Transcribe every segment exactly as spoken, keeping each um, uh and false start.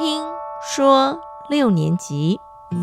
听说六年级。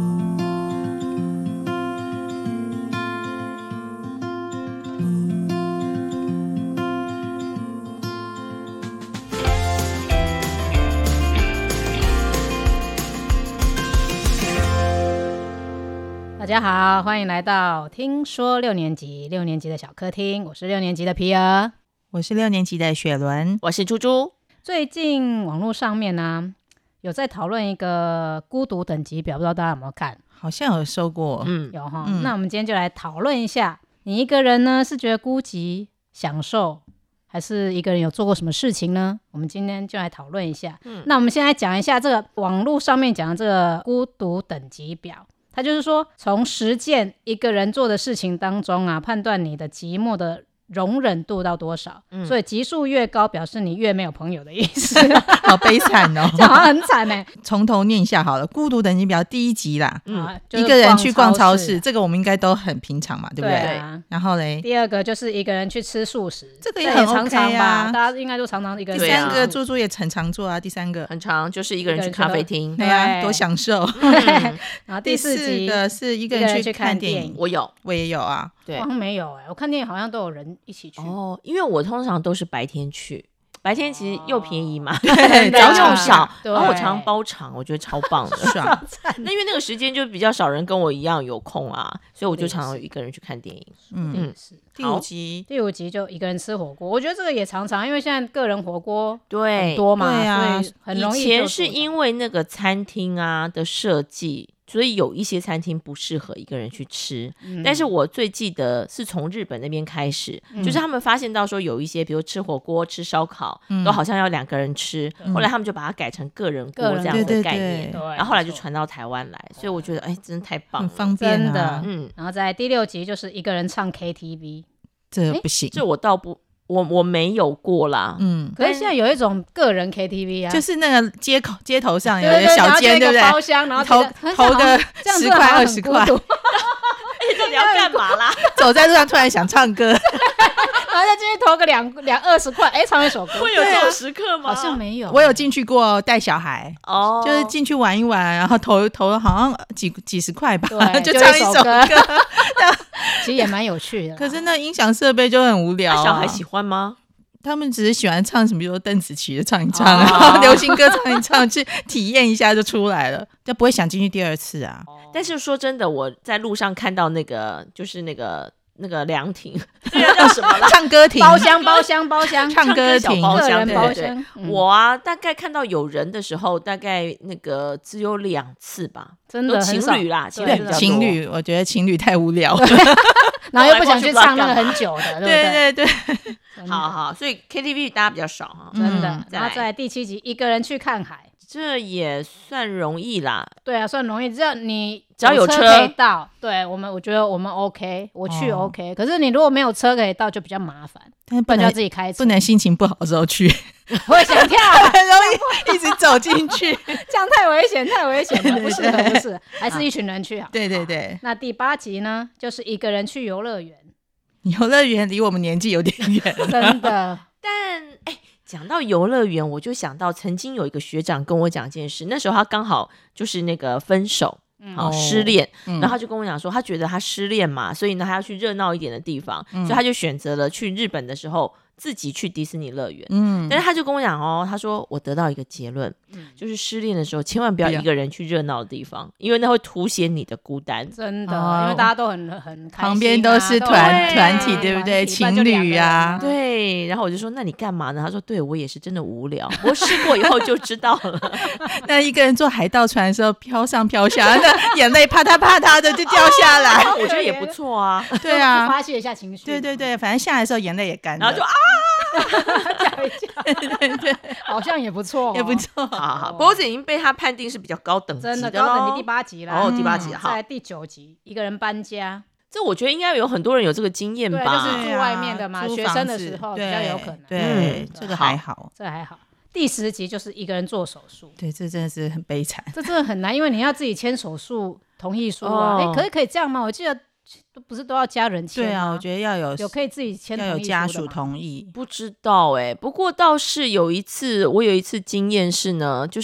大家好，欢迎来到听说六年级六年级的小客厅，我是六年级的皮儿， 我是六年级的雪伦， 我是猪猪。 最近网络上面呢、啊、有在讨论一个孤独等级表，不知道大家有没有看？ 好像有收过， 嗯，有哈、嗯。那我们今天就来讨论一下，你一个人呢是觉得孤寂享受，还是一个人有做过什么事情呢？我们今天就来讨论一下、嗯、那我们先来讲一下这个网络上面讲的这个孤独等级表。它就是说从十件一个人做的事情当中啊，判断你的寂寞的容忍度到多少、嗯、所以级数越高表示你越没有朋友的意思好悲惨哦， 这好像很惨耶。 从头念一下好了，孤独等级表第一集啦、嗯啊就是、一个人去逛超市，这个我们应该都很平常嘛，对不对？ 对啊。 然后嘞， 第二个就是一个人去吃素食， 这个也很 OK 啊， 常常吧，大家应该都常常一个人。 第三个猪猪也很常做啊，第三个很常就是一个人去咖啡厅， 对啊，多享受、 嗯、然后第四集第四个是一个人去看电影， 我有， 我也有啊。 对，好像没有哎、欸，我看电影好像都有人一起去哦，因为我通常都是白天去，白天其实又便宜嘛， 对， 早又少， 然后我常常包场，我觉得超棒的， 爽。 那因为那个时间就比较少人跟我一样有空啊，所以我就常常一个人去看电影。 嗯嗯，是。第五集， 第五集就一个人吃火锅，我觉得这个也常常，因为现在个人火锅对很多嘛， 对啊， 所以很容易。 以前是因为那个餐厅啊的设计。所以有一些餐厅不适合一个人去吃、嗯、但是我最记得是从日本那边开始、嗯、就是他们发现到说有一些比如吃火锅吃烧烤、嗯、都好像要两个人吃、嗯、后来他们就把它改成个人锅这样的概念， 对对对， 然后后来就传到台湾来，所以我觉得哎，真的太棒了， 很方便、啊、 真的。嗯，然后在第六集就是一个人唱 K T V， 这不行， 这我倒不我我没有过啦， 嗯，可是现在有一种个人 K T V 啊， 就是那个街口街头上有一个小间，对不对？ 包厢，然后投投个十块二十块， 哎，这你要干嘛啦？ 走在路上突然想唱歌， 然后再进去投个两两二十块，哎，唱一首歌， 会有这种时刻吗？ 好像没有， 我有进去过带小孩， 哦， 就是进去玩一玩，然后投投好像几几十块吧， 就唱一首歌。 其实也蛮有趣的， 可是那音响设备就很无聊、啊。 小孩喜欢吗？ 他们只是喜欢唱什么，比如说邓紫棋的唱一唱，然后流行歌唱一唱，去体验一下就出来了，就不会想进去第二次啊。 但是说真的，我在路上看到那个，就是那个那个凉亭，那个叫什么？ 唱歌亭， 包厢，包厢，包厢， 唱歌亭， 包厢， 对对对。 嗯、我啊，大概看到有人的时候，大概那个只有两次吧， 真的情侣啦，情侣， 情侣，我觉得情侣太无聊了。 然后又不想去唱那个很久的，对不对？ 对对对， 好好，所以 K T V 大家比较少哈， 真的。嗯、然后在第七集，一个人去看海， 这也算容易啦。 对啊，算容易，只要你只要有车可以到，对我们，我觉得我们 OK， 我去 OK、哦。可是你如果没有车可以到，就比较麻烦， 但是不能自己开车， 不能心情不好的时候去， 会想跳， 很容易一直走进去， 这样太危险，太危险了，不适合，不适合，还是一群人去好。 对对对。 那第八集呢，就是一个人去游乐园。 游乐园离我们年纪有点远， 真的。 但哎，讲到游乐园，我就想到曾经有一个学长跟我讲一件事，那时候他刚好就是那个分手。嗯哦、失恋、嗯，然后他就跟我讲说，他觉得他失恋嘛，所以呢，他要去热闹一点的地方、嗯，所以他就选择了去日本的时候自己去迪士尼乐园。嗯，但是他就跟我讲哦，他说我得到一个结论、嗯，就是失恋的时候千万不要一个人去热闹的地方，因为那会凸显你的孤单。 真的，哦、因为大家都很很开心、啊， 旁边都是团团体，对不对？情侣啊， 对。然后我就说，那你干嘛呢？他说，对我也是真的无聊，我试过以后就知道了。 那一个人坐海盗船的时候，飘上飘下，那眼泪啪嗒啪嗒的就掉下来， 我觉得也不错啊。 对啊， 发泄一下情绪。 对对对，反正下来的时候眼泪也干了， 然后就啊。 叫一叫，对对对，好像也不错、哦， 也不错。 好好，不过这已经被他判定是比较高等级的， 真的高等级第八集啦。 哦，第八集，好， 在第九集，一个人搬家。 这我觉得应该有很多人有这个经验吧， 对，就是住外面的嘛，学生的时候比较有可能。 对，嗯、这个还好， 这个还好。第十集就是一个人做手术， 对，这真的是很悲惨， 这真的很难，因为你要自己签手术同意书啊。哎、哦，可是可以这样吗？我记得。不是都要家人签吗？ 对啊，我觉得要有有可以自己签同意书的吗？ 要有家属同意。 不知道哎、欸，不过倒是有一次，我有一次经验是呢，就是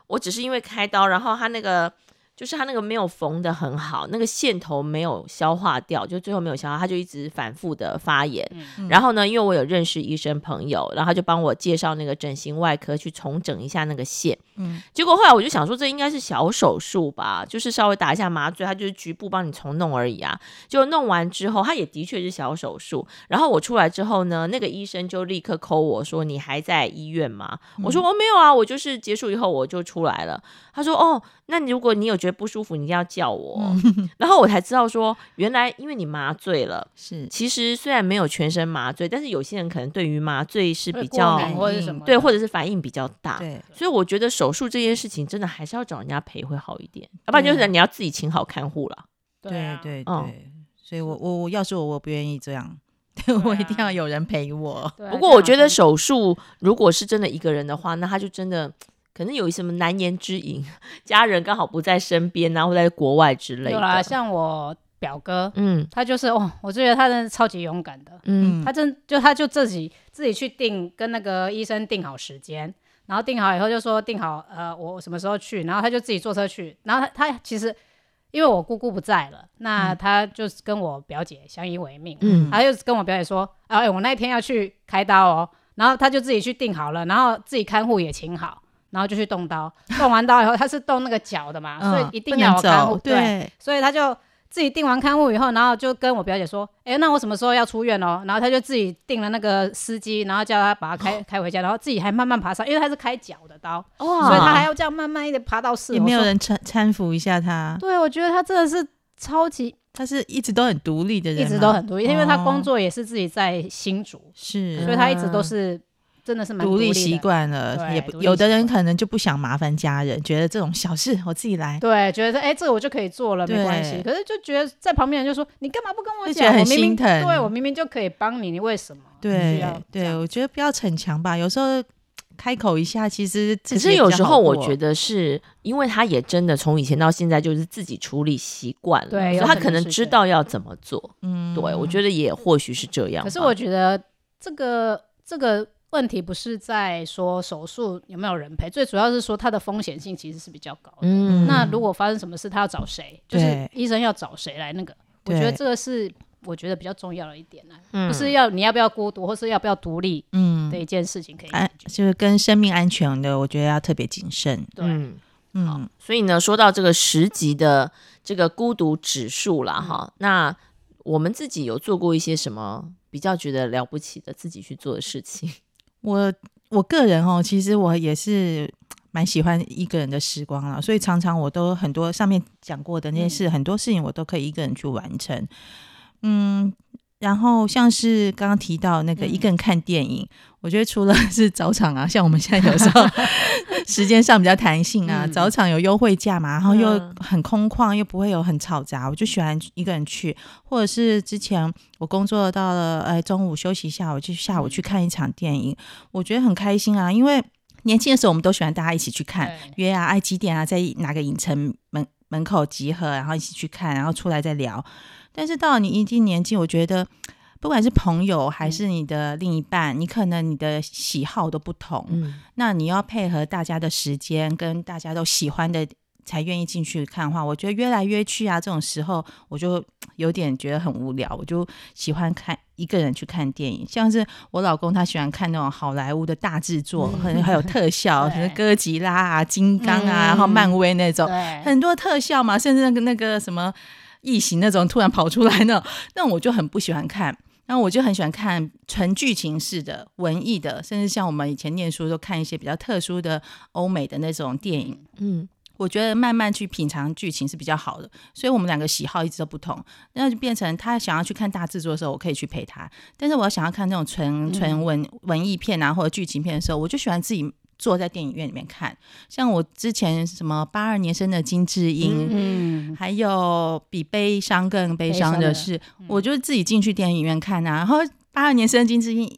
我只是因为开刀，然后他那个就是他那个没有缝得很好，那个线头没有消化掉，就最后没有消化，他就一直反复的发炎、嗯、然后呢因为我有认识医生朋友，然后他就帮我介绍那个整形外科去重整一下那个线、嗯、结果后来我就想说这应该是小手术吧，就是稍微打一下麻醉，他就是局部帮你重弄而已啊。就弄完之后他也的确是小手术，然后我出来之后呢，那个医生就立刻 call 我说你还在医院吗、嗯、我说我、哦、没有啊，我就是结束以后我就出来了。他说哦，那如果你有觉得不舒服你一定要叫我、嗯、然后我才知道说原来因为你麻醉了，是其实虽然没有全身麻醉，但是有些人可能对于麻醉是比较或者什么对，或者是反应比较大，对，所以我觉得手术这件事情真的还是要找人家陪会好一点，要不然就是你要自己请好看护了。 对对对、嗯、所以我我我要是我我不愿意这样我一定要有人陪我、 啊、不过我觉得手术如果是真的一个人的话，那他就真的可能有什么难言之隐，家人刚好不在身边啊，或在国外之类的。 有啦，像我表哥，嗯，他就是哦，我觉得他真的超级勇敢的，嗯，他真就他就自己自己去定，跟那个医生定好时间，然后定好以后就说定好呃我什么时候去，然后他就自己坐车去，然后他他其实因为我姑姑不在了，那他就跟我表姐相依为命，嗯，他就跟我表姐说，哎、欸，我那一天要去开刀哦，然后他就自己去定好了，然后自己看护也请好。然后就去动刀，动完刀以后他是动那个脚的嘛、嗯、所以一定要有看护， 对, 对，所以他就自己订完看护以后，然后就跟我表姐说，哎，那我什么时候要出院哦？然后他就自己订了那个司机，然后叫他把他开、哦、开回家，然后自己还慢慢爬上，因为他是开脚的刀、哦、所以他还要这样慢慢一点爬到四楼， 也没有人搀搀扶一下他。 对，我觉得他真的是超级， 他是一直都很独立的人， 一直都很独立、哦、因为他工作也是自己在新竹， 是， 所以他一直都是真的是蛮独立的， 独立习惯了，也不有的人可能就不想麻烦家人，觉得这种小事我自己来， 对，觉得哎、欸，这个我就可以做了，没关系。可是就觉得在旁边人就说你干嘛不跟我讲， 就觉得很心疼， 我明明对我明明就可以帮你，你为什么？ 对对，我觉得不要逞强吧，有时候开口一下，其实自己可是有时候我觉得是因为他也真的从以前到现在就是自己处理习惯了， 对， 所以他可能知道要怎么做。嗯，对，我觉得也或许是这样。 可是我觉得这个这个。问题不是在说手术有没有人陪，最主要是说它的风险性其实是比较高的、嗯、那如果发生什么事他要找谁，就是医生要找谁来那个，我觉得这个是我觉得比较重要的一点、嗯、不是要你要不要孤独或是要不要独立的一件事情可以、嗯、 就是跟生命安全的我觉得要特别谨慎。 对， 嗯嗯，好，所以呢说到这个十级的这个孤独指数啦、嗯、哈，那我们自己有做过一些什么比较觉得了不起的自己去做的事情？ 我我个人哦，其实我也是蛮喜欢一个人的时光了，所以常常我都很多上面讲过的那些事、嗯、很多事情我都可以一个人去完成。嗯，然后像是刚刚提到那个一个人看电影、嗯、我觉得除了是早场啊，像我们现在有时候时间上比较弹性啊、嗯、早场有优惠价嘛，然后又很空旷、嗯、又不会有很嘈杂，我就喜欢一个人去。或者是之前我工作到了呃中午休息一下，我就下午去看一场电影、嗯、我觉得很开心啊，因为年轻的时候我们都喜欢大家一起去看，约啊爱几点啊在哪个影城门门口集合，然后一起去看，然后出来再聊。但是到了你一定年纪，我觉得不管是朋友还是你的另一半、嗯、你可能你的喜好都不同、嗯、那你要配合大家的时间跟大家都喜欢的才愿意进去看的话，我觉得约来约去啊这种时候我就有点觉得很无聊，我就喜欢看一个人去看电影。像是我老公他喜欢看那种好莱坞的大制作、嗯、还有特效什么哥吉拉啊金刚啊、嗯、然后漫威那种很多特效嘛，甚至那个那个什么异形那种突然跑出来那种，那我就很不喜欢看。然后我就很喜欢看纯剧情式的文艺的，甚至像我们以前念书都看一些比较特殊的欧美的那种电影。嗯，我觉得慢慢去品尝剧情是比较好的，所以我们两个喜好一直都不同，那就变成他想要去看大制作的时候我可以去陪他，但是我想要看那种纯纯文文艺片啊或者剧情片的时候，我就喜欢自己坐在电影院里面看。像我之前什么八二年生的金智英、嗯、还有比悲伤更悲伤的事、嗯、我就自己进去电影院看啊。然后八二年生的金智英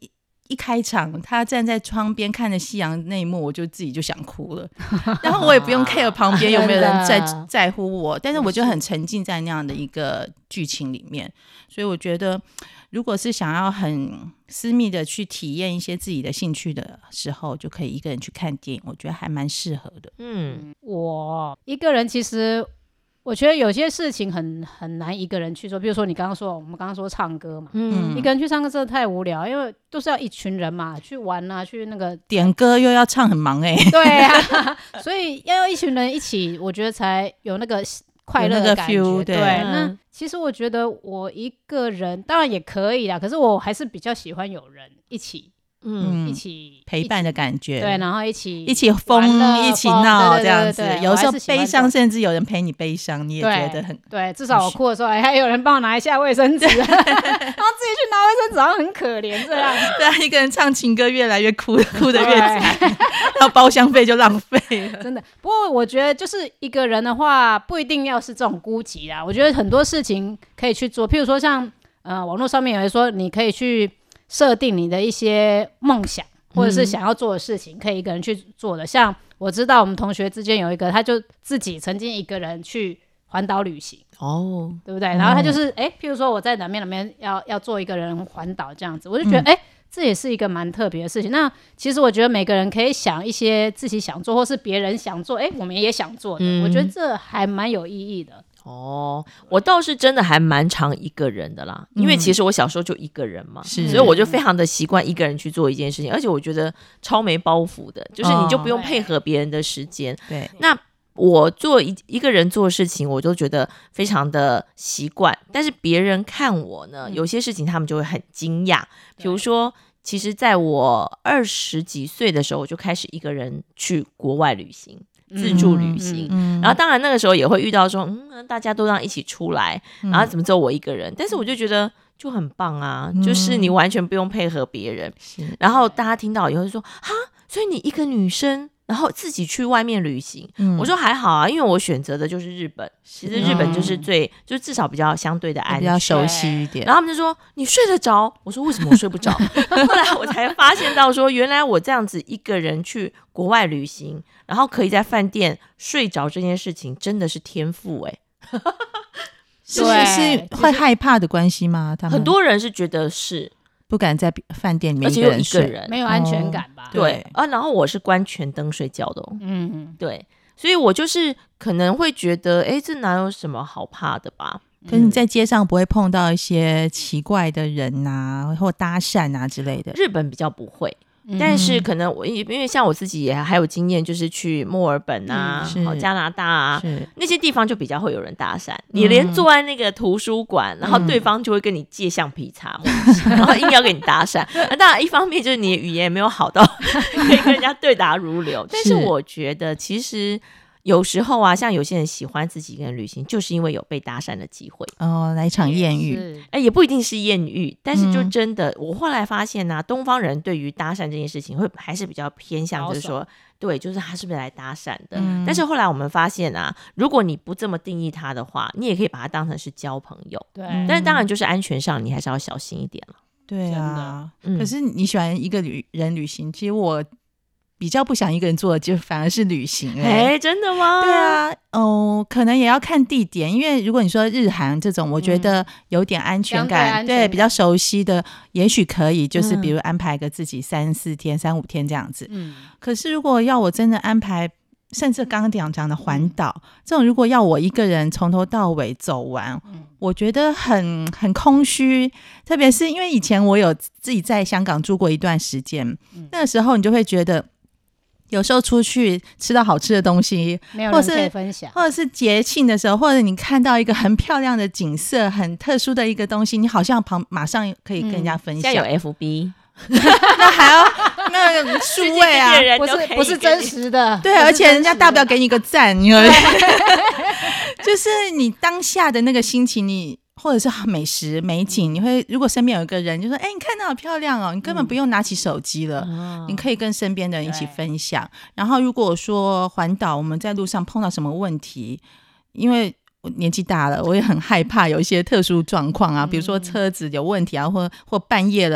一开场他站在窗边看着夕阳那一幕，我就自己就想哭了然后我也不用 care 旁边有没有人在在乎我，但是我就很沉浸在那样的一个剧情里面。所以我觉得如果是想要很私密的去体验一些自己的兴趣的时候，就可以一个人去看电影，我觉得还蛮适合的。 嗯，我一个人其实我觉得有些事情很很难一个人去做，比如说你刚刚说我们刚刚说唱歌嘛，嗯，一个人去唱歌真的太无聊，因为都是要一群人嘛，去玩啊，去那个点歌又要唱，很忙哎、欸。 对啊，所以要有一群人一起，我觉得才有那个快乐的感觉。 有那个 feel， 对， 对、嗯、那其实我觉得我一个人当然也可以啦，可是我还是比较喜欢有人一起。嗯，一起陪伴的感觉， 对，然后一起一起疯一起闹这样子，有时候悲伤甚至有人陪你悲伤，你也觉得很对, 对，至少我哭的时候还有人帮我拿一下卫生纸然后自己去拿卫生纸好像很可怜这样对啊，一个人唱情歌越来越哭哭得越惨然后包厢费就浪费了真的。不过我觉得就是一个人的话不一定要是这种孤寂啦，我觉得很多事情可以去做，譬如说像呃网络上面有人说你可以去设定你的一些梦想或者是想要做的事情、嗯、可以一个人去做的。像我知道我们同学之间有一个他就自己曾经一个人去环岛旅行哦，对不对？然后他就是哎、嗯，譬如说我在哪边哪边要要做一个人环岛这样子，我就觉得哎、嗯，这也是一个蛮特别的事情。那其实我觉得每个人可以想一些自己想做或是别人想做，哎，我们也想做的、嗯、我觉得这还蛮有意义的。 哦，我倒是真的还蛮常一个人的啦，因为其实我小时候就一个人嘛、 嗯、 所以我就非常的习惯一个人去做一件事情，而且我觉得超没包袱的，就是你就不用配合别人的时间、哦、对。那我做 一, 一个人做事情我就觉得非常的习惯，但是别人看我呢、嗯、有些事情他们就会很惊讶，比如说其实在我二十几岁的时候我就开始一个人去国外旅行，自助旅行、嗯嗯、然后当然那个时候也会遇到说嗯，大家都让一起出来、嗯、然后怎么只有我一个人，但是我就觉得就很棒啊、嗯、就是你完全不用配合别人、嗯、然后大家听到以后就说哈，所以你一个女生然后自己去外面旅行、嗯、我说还好啊，因为我选择的就是日本，其实日本就是最、嗯、就至少比较相对的安全， 比较熟悉一点。 然后他们就说你睡得着，我说为什么我睡不着后来我才发现到说原来我这样子一个人去国外旅行然后可以在饭店睡着这件事情真的是天赋哎、欸是是会害怕的关系吗？他们很多人是觉得是不敢在饭店里面一个人睡， 而且有一个人没有安全感吧、哦、 对啊，然后我是关全灯睡觉的、哦、嗯，对，所以我就是可能会觉得哎，这哪有什么好怕的吧。 可是你在街上不会碰到一些奇怪的人啊或搭讪啊之类的？ 日本比较不会，但是可能我因为像我自己也还有经验，就是去墨尔本啊、嗯、加拿大啊那些地方就比较会有人搭讪、嗯、你连坐在那个图书馆、嗯、然后对方就会跟你借橡皮擦、嗯、然后硬要跟你搭讪那当然一方面就是你的语言也没有好到可以跟人家对答如流，但是我觉得其实有时候啊，像有些人喜欢自己一个人旅行就是因为有被搭讪的机会哦，来一场艳遇、 欸、也不一定是艳遇，但是就真的、嗯、我后来发现啊，东方人对于搭讪这件事情会还是比较偏向就是说对，就是他是不是来搭讪的、嗯、但是后来我们发现啊，如果你不这么定义他的话，你也可以把他当成是交朋友，对，但是当然就是安全上你还是要小心一点了。 对啊、嗯、可是你喜欢一个人旅行，其实我比较不想一个人做的就反而是旅行哎、 欸欸，真的吗？ 对啊，哦，可能也要看地点，因为如果你说日韩这种我觉得有点安全感、嗯、安全感对，比较熟悉的也许可以，就是比如安排个自己三四天三五天这样子、嗯、可是如果要我真的安排甚至刚刚讲的环岛、嗯、这种如果要我一个人从头到尾走完、嗯、我觉得很很空虚，特别是因为以前我有自己在香港住过一段时间、嗯、那个时候你就会觉得有时候出去吃到好吃的东西， 没有人可以分享， 或者是节庆的时候，或者你看到一个很漂亮的景色很特殊的一个东西，你好像旁马上可以跟人家分享、 嗯、现在有 F B 那还要那个数位啊， 不是不是真实的， 对，而且人家大不了给你一个赞，你就是你当下的那个心情，你或者是美食美景，你会如果身边有一个人就说哎、欸，你看到好漂亮哦，你根本不用拿起手机了、嗯、你可以跟身边的人一起分享。然后如果说环岛我们在路上碰到什么问题，因为我年纪大了，我也很害怕有一些特殊状况啊、嗯、比如说车子有问题啊，或或半夜了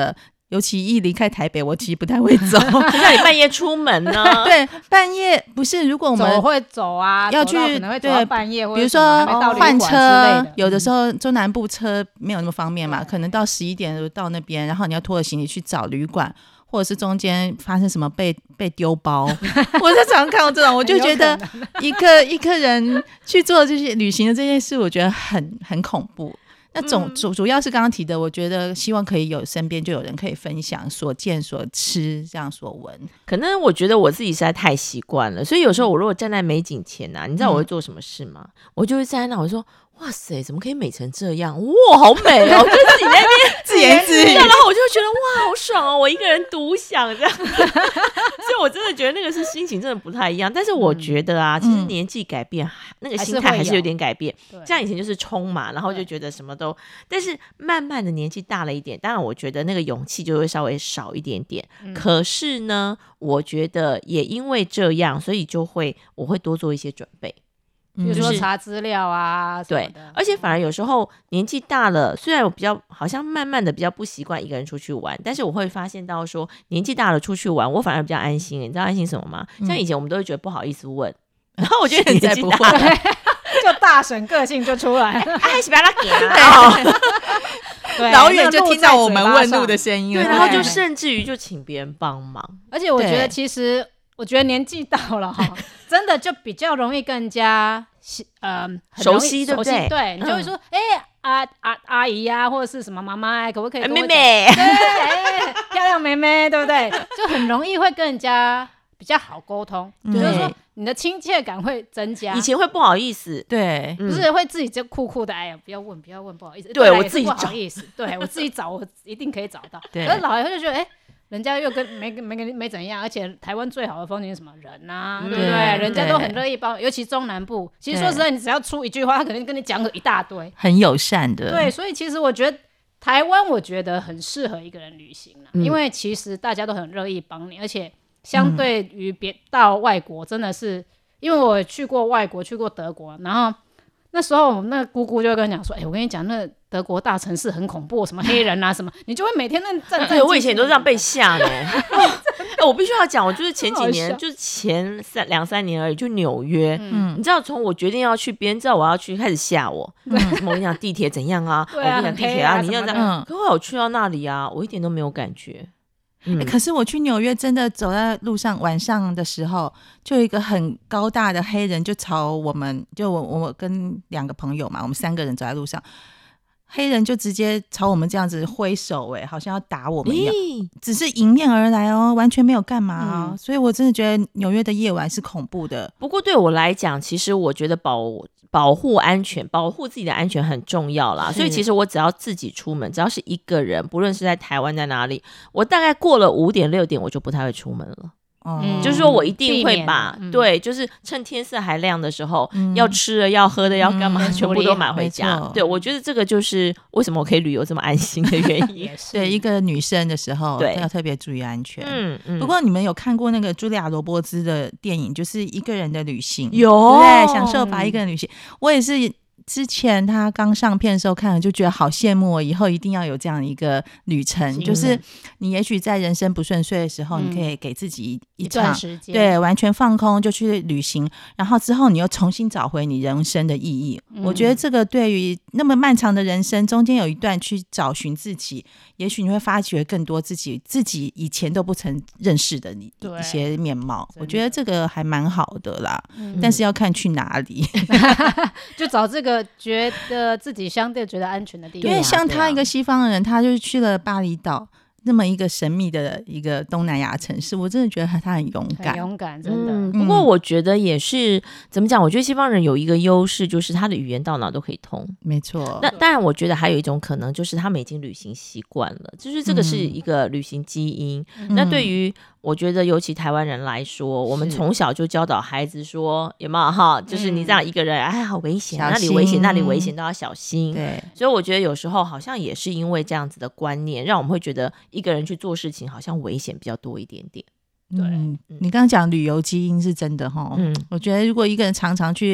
尤其一离开台北，我其实不太会走。 那你半夜出门呢？ 对，半夜不是，如果我们走会走啊， 要去， 可能会走到半夜， 比如说换车， 的有的时候中南部车没有那么方便嘛，可能到十一点就到那边，然后你要拖着行李去找旅馆。或者是中间发生什么被被丢包，我就常看到这种，我就觉得一个一个人去做这些旅行的这件事，我觉得很很恐怖。那总主主要是刚刚提的，我觉得希望可以有身边就有人可以分享所见所吃，这样所闻。 可能我觉得我自己实在太习惯了，所以有时候我如果站在美景前啊，你知道我会做什么事吗？嗯、我就会站在那，我说。哇塞，怎么可以美成这样？哇，好美哦！就自己在那边自言自语， 然后我就觉得哇，好爽哦！我一个人独享这样，所以我真的觉得那个是心情真的不太一样。但是我觉得啊，嗯、其实年纪改变，嗯、那个心态还是有点改变。像以前就是冲嘛，然后就觉得什么都，但是慢慢的年纪大了一点，当然我觉得那个勇气就会稍微少一点点。嗯、可是呢，我觉得也因为这样，所以就会我会多做一些准备。 比如说查资料啊， 对，而且反而有时候年纪大了，虽然我比较好像慢慢的比较不习惯一个人出去玩，但是我会发现到说年纪大了出去玩，我反而比较安心。你知道安心什么吗？嗯、像以前我们都会觉得不好意思问，然后我觉得年纪大了就大神个性就出来了， 还是不要拉给老远就听到我们问路的声音了， 对，然后就甚至于就请别人帮忙。 而且我觉得其实。我觉得年纪到了哈，真的就比较容易更加呃熟悉，对不对？ 对，你就会说，哎、嗯，阿阿阿姨呀、啊，或者是什么妈妈，可不可以跟我妹妹？ 对，哎，漂亮妹妹，对不对？就很容易会跟人家比较好沟通，嗯、就是说你的亲切感会增加。 以前会不好意思， 对， 不是会自己就酷酷的，哎呀，不要问，不要问，不好意思。 对我自己不好意思，对我自己找，我一定可以找到。 对， 可是老以后就觉得，哎。人家又跟没没没怎样，而且台湾最好的风景是什么人啊，对不对？人家都很乐意帮，尤其中南部。其实说实在，你只要出一句话，他可能跟你讲个一大堆， 很友善的。 对，所以其实我觉得台湾，我觉得很适合一个人旅行、嗯、因为其实大家都很乐意帮你，而且相对于别到外国，真的是、嗯、因为我去过外国，去过德国，然后那时候那个姑姑就会跟你讲说，哎、欸，我跟你讲那个。德国大城市很恐怖，什么黑人啊什么，你就会每天那站在。 我以前都这样被吓呢。欸、我必须要讲，我就是前几年，就是前三两三年而已，就纽约。嗯，你知道从我决定要去，别人知道我要去，开始吓我。嗯，什么我跟你讲地铁怎样啊？ 对啊， 我跟你讲地铁啊， 啊你要这样。嗯、可我有去到那里啊，我一点都没有感觉。 嗯欸、可是我去纽约真的走在路上，晚上的时候，就有一个很高大的黑人就朝我们，就我我跟两个朋友嘛，我们三个人走在路上。黑人就直接朝我们这样子挥手，哎，好像要打我们一样，只是迎面而来哦，完全没有干嘛哦、嗯。所以我真的觉得纽约的夜晚是恐怖的。 不过对我来讲，其实我觉得保保护安全、保护自己的安全很重要啦。所以其实我只要自己出门，只要是一个人，不论是在台湾在哪里，我大概过了五点六点，我就不太会出门了。嗯，就是说我一定会把、嗯、对，就是趁天色还亮的时候、嗯、要吃的要喝的要干嘛、嗯、全部都买回家。对，我觉得这个就是为什么我可以旅游这么安心的原因。 对，一个女生的时候要特别注意安全。嗯嗯。不过你们有看过那个茱莉亚·罗伯兹的电影，就是一个人的旅行？ 有， 对，享受吧一个人旅行。我也是。之前他刚上片的时候看了就觉得好羡慕，我以后一定要有这样一个旅程，就是你也许在人生不顺遂的时候、嗯、你可以给自己一场一段时间， 对，完全放空就去旅行，然后之后你又重新找回你人生的意义、嗯、我觉得这个对于那么漫长的人生中间有一段去找寻自己，也许你会发掘更多自己自己以前都不曾认识的你一些面貌，我觉得这个还蛮好的啦、嗯、但是要看去哪里就找这个觉得自己相对觉得安全的地方。 因为像他一个西方的人，他就是去了巴厘岛那么一个神秘的一个东南亚城市，我真的觉得他很勇敢， 很勇敢，真的、 嗯。不过我觉得也是怎么讲？我觉得西方人有一个优势，就是他的语言到哪都可以通。 没错。 那当然，我觉得还有一种可能，就是他们已经旅行习惯了，就是这个是一个旅行基因。嗯、那对于我觉得，尤其台湾人来说，我们从小就教导孩子说，有没有哈？就是你这样一个人，哎，好危险，那里危险，那里危险，都要小心。 对， 所以我觉得有时候好像也是因为这样子的观念，让我们会觉得一个人去做事情好像危险比较多一点点。 对、嗯，你刚刚讲旅游基因是真的哈。嗯，我觉得如果一个人常常去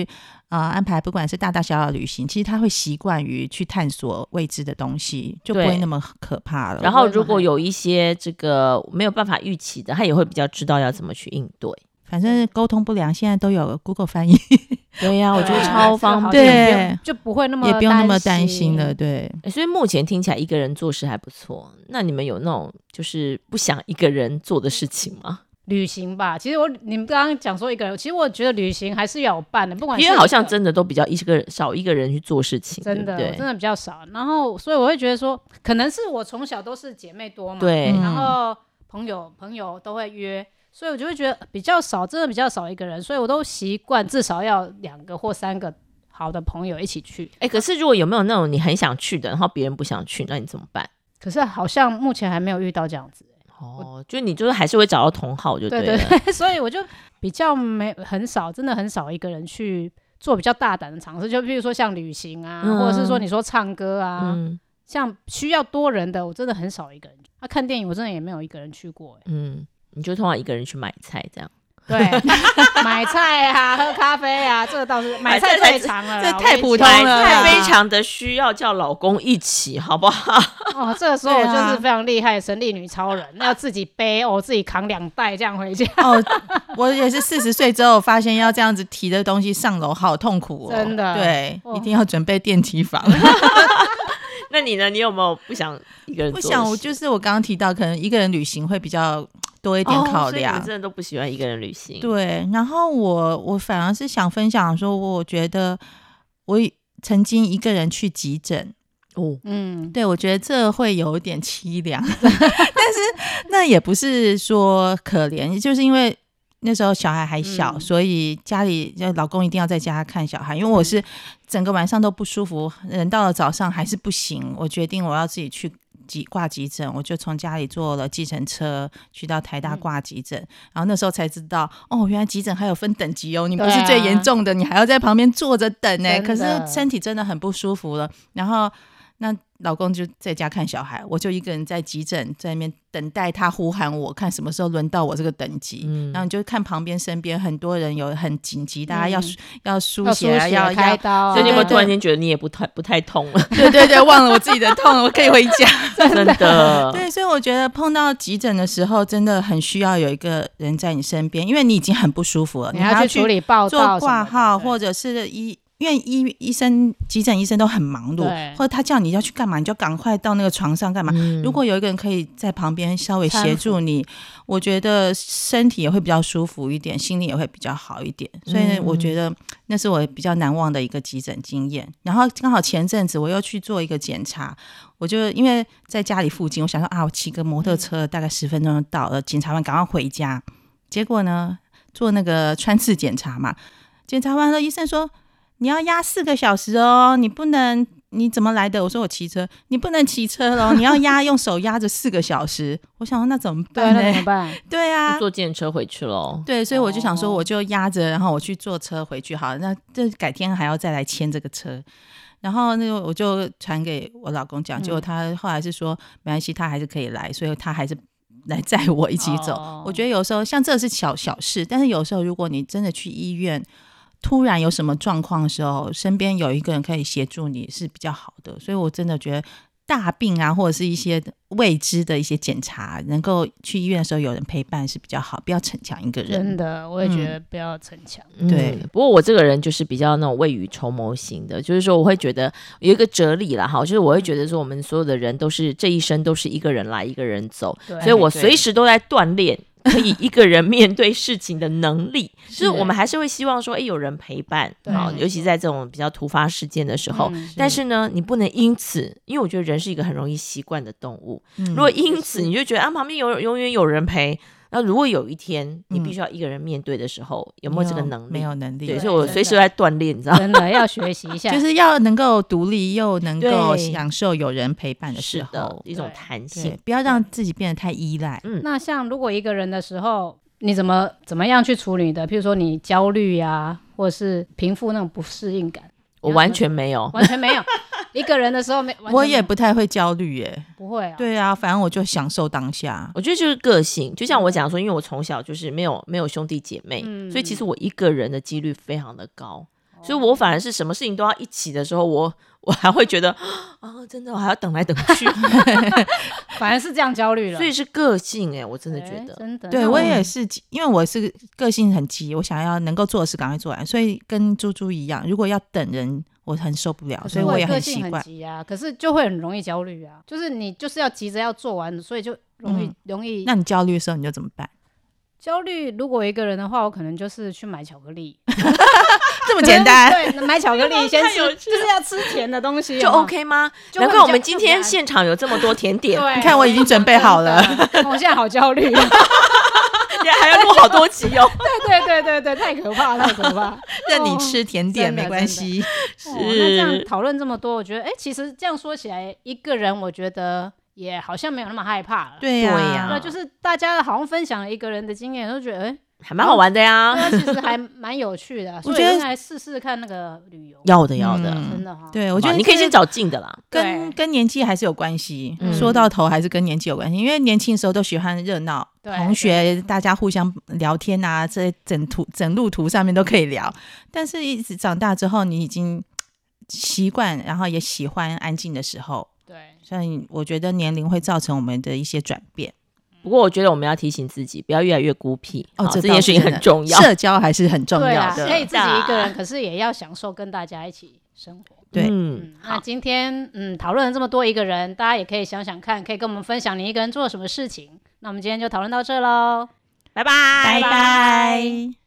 呃安排不管是大大小小的旅行，其实他会习惯于去探索未知的东西，就不会那么可怕了。 然后如果有一些这个没有办法预期的，他也会比较知道要怎么去应对。 反正沟通不良现在都有 Google 翻译。 对呀、啊，我觉得超方便， 对， 就不会那么也不用那么担心了。对、 欸，所以目前听起来一个人做事还不错。那你们有那种就是不想一个人做的事情吗？ 旅行吧，其实我你们刚刚讲说一个人，其实我觉得旅行还是要有伴的，不管是因为好像真的都比较一个少一个人去做事情， 真的对对真的比较少。然后所以我会觉得说，可能是我从小都是姐妹多嘛， 对， 然后朋友朋友都会约。所以我就会觉得比较少，真的比较少一个人，所以我都习惯至少要两个或三个好的朋友一起去。 哎、欸，可是如果有没有那种你很想去的，然后别人不想去，那你怎么办？ 可是好像目前还没有遇到这样子。 哦，就你就是还是会找到同好就对了。 对对对，所以我就比较没很少，真的很少一个人去做比较大胆的尝试，就比如说像旅行啊，嗯、或者是说你说唱歌啊，嗯、像需要多人的，我真的很少一个人。啊，看电影我真的也没有一个人去过、欸。 嗯。你就通常一个人去买菜这样， 对，买菜啊，喝咖啡啊，这个倒是买菜最长了， 这太普通了， 买菜非常的需要叫老公一起，好不好？ 哦，这个时候我就是非常厉害，神力女超人，要自己背哦，自己扛两袋这样回家。 哦，我也是四十岁之后发现要这样子提的东西上楼好痛苦哦， 真的， 对，哦、一定要准备电梯房。 那你呢？你有没有不想一个人做？ 不想，我就是我刚刚提到，可能一个人旅行会比较多一点考量。哦、 所以你们真的都不喜欢一个人旅行？ 对，然后我我反而是想分享说，我觉得我曾经一个人去急诊。哦，嗯，对，我觉得这会有点凄凉，但是那也不是说可怜，就是因为那时候小孩还小，嗯、所以家里老公一定要在家看小孩，因为我是整个晚上都不舒服，人到了早上还是不行，我决定我要自己去急挂急诊，我就从家里坐了计程车去到台大挂急诊、嗯、然后那时候才知道哦，原来急诊还有分等级哦，你不是最严重的、啊、你还要在旁边坐着等耶，可是身体真的很不舒服了，然后那老公就在家看小孩，我就一个人在急诊在那边等待他呼喊我，看什么时候轮到我这个等级、嗯、然后你就看旁边身边很多人有很紧急，大家要、嗯、要输血啊，要开刀， 所以你有没有突然间觉得你也不太不太痛了？ 对对对，忘了我自己的痛了，我可以回家。 真的对，所以我觉得碰到急诊的时候真的很需要有一个人在你身边，因为你已经很不舒服了， 你还要去处理报道做挂号或者是医因为 医, 医生急诊医生都很忙碌，或者他叫你要去干嘛你就赶快到那个床上干嘛、嗯、如果有一个人可以在旁边稍微协助你，我觉得身体也会比较舒服一点，心里也会比较好一点，所以我觉得那是我比较难忘的一个急诊经验。然后刚好前阵子我又去做一个检查，我就因为在家里附近，我想说啊，我骑个摩托车大概十分钟就到了，检查完赶快回家。结果呢做那个穿刺检查嘛，检查完了医生说你要压四个小时哦，你不能，你怎么来的？我说我骑车，你不能骑车咯，你要压，用手压着四个小时。我想说那怎么办呢？ 对，那怎么办？ 对啊， 就坐电车回去咯。 对，所以我就想说，我就压着，然后我去坐车回去好了。那这改天还要再来牵这个车。然后那个我就传给我老公讲，结果他后来是说没关系，他还是可以来，所以他还是来载我一起走。哦、我觉得有时候像这是小小事，但是有时候如果你真的去医院。突然有什么状况的时候，身边有一个人可以协助你是比较好的，所以我真的觉得大病啊，或者是一些未知的一些检查，能够去医院的时候有人陪伴是比较好，不要逞强一个人。 真的，我也觉得不要逞强、 嗯、 对、 嗯、不过我这个人就是比较那种未雨绸缪型的，就是说我会觉得有一个哲理啦，就是我会觉得说我们所有的人都是这一生都是一个人来一个人走，所以我随时都在锻炼可以一个人面对事情的能力，就是我们还是会希望说，哎，有人陪伴，好，尤其在这种比较突发事件的时候。嗯、但是呢，你不能因此，因为我觉得人是一个很容易习惯的动物。嗯、如果因此你就觉得啊，旁边有永远有人陪，那如果有一天你必须要一个人面对的时候，嗯、有没有这个能力？ 没有能力。 对，所以我随时在锻炼，你知道吗？ 真的要学习一下， 就是要能够独立，又能够享受有人陪伴的时候， 的一种弹性， 不要让自己变得太依赖。 嗯，那像如果一个人的时候。你怎么怎么样去处理的？譬如说你焦虑啊，或者是平复那种不适应感。 我完全没有， 完全没有。一个人的时候没， 我也不太会焦虑耶。 不会啊。 对啊，反正我就享受当下。 我觉得就是个性，就像我讲说，因为我从小就是没有没有兄弟姐妹，嗯、所以其实我一个人的几率非常的高。 所以我反而是什么事情都要一起的时候，我我还会觉得啊，真的我还要等来等去， 反而是这样焦虑了。 所以是个性哎、欸，我真的觉得， 真的， 对我也是，因为我是个性很急，我想要能够做的事赶快做完，所以跟猪猪一样，如果要等人，我很受不了，所以我也很习惯。 急啊，可是就会很容易焦虑啊，就是你就是要急着要做完，所以就容易、嗯、容易。 那你焦虑的时候你就怎么办？ 焦虑，如果一个人的话，我可能就是去买巧克力， 这么简单。 对，买巧克力先吃，就是要吃甜的东西， 就 OK 吗？难怪我们今天现场有这么多甜点。 你看我已经准备好了， 我现在好焦虑， 你还要录好多集哦。 对对对对对，太可怕，太可怕。 让你吃甜点、哦、没关系。 是、哦。那这样讨论这么多，我觉得，哎，其实这样说起来，一个人，我觉得。也好像没有那么害怕了。 对呀、啊， 那就是大家好像分享了一个人的经验，都觉得哎， 还蛮好玩的呀。 对啊，其实还蛮有趣的。所以应该试试看那个旅游。 要的，要的， 嗯、真的哈。 对，我觉得你可以先找近的啦。 跟跟年纪还是有关系、嗯，说到头还是跟年纪有关系。因为年轻的时候都喜欢热闹，同学大家互相聊天啊，这整图整路途上面都可以聊。但是一直长大之后，你已经习惯，然后也喜欢安静的时候。 对， 所以我觉得年龄会造成我们的一些转变。 不过我觉得我们要提醒自己，不要越来越孤僻哦， 这件事情很重要， 社交还是很重要的。 对啊，可以自己一个人，可是也要享受跟大家一起生活。 对， 嗯，那今天嗯讨论了这么多一个人，大家也可以想想看，可以跟我们分享你一个人做了什么事情。那我们今天就讨论到这喽， 拜拜， 拜拜。